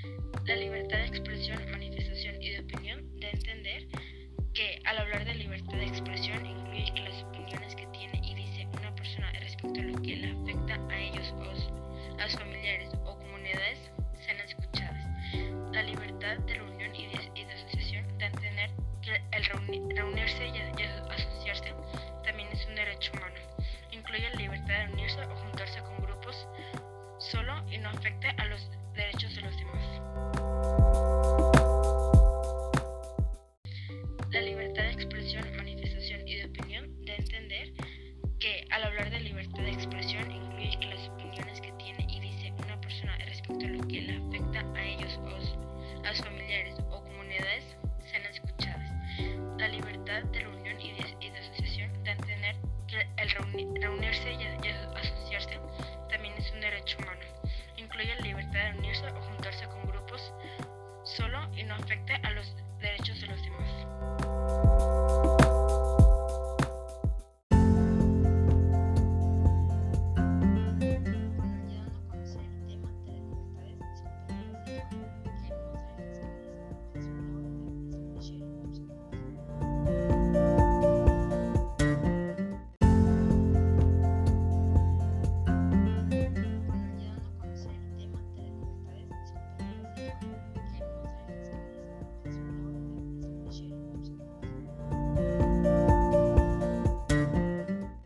La libertad de expresión, manifestación y de opinión da a entender que al hablar de libertad de expresión incluye que las opiniones que tiene y dice una persona respecto a lo que le afecta a ellos o a sus familiares o comunidades sean escuchadas. La libertad de reunión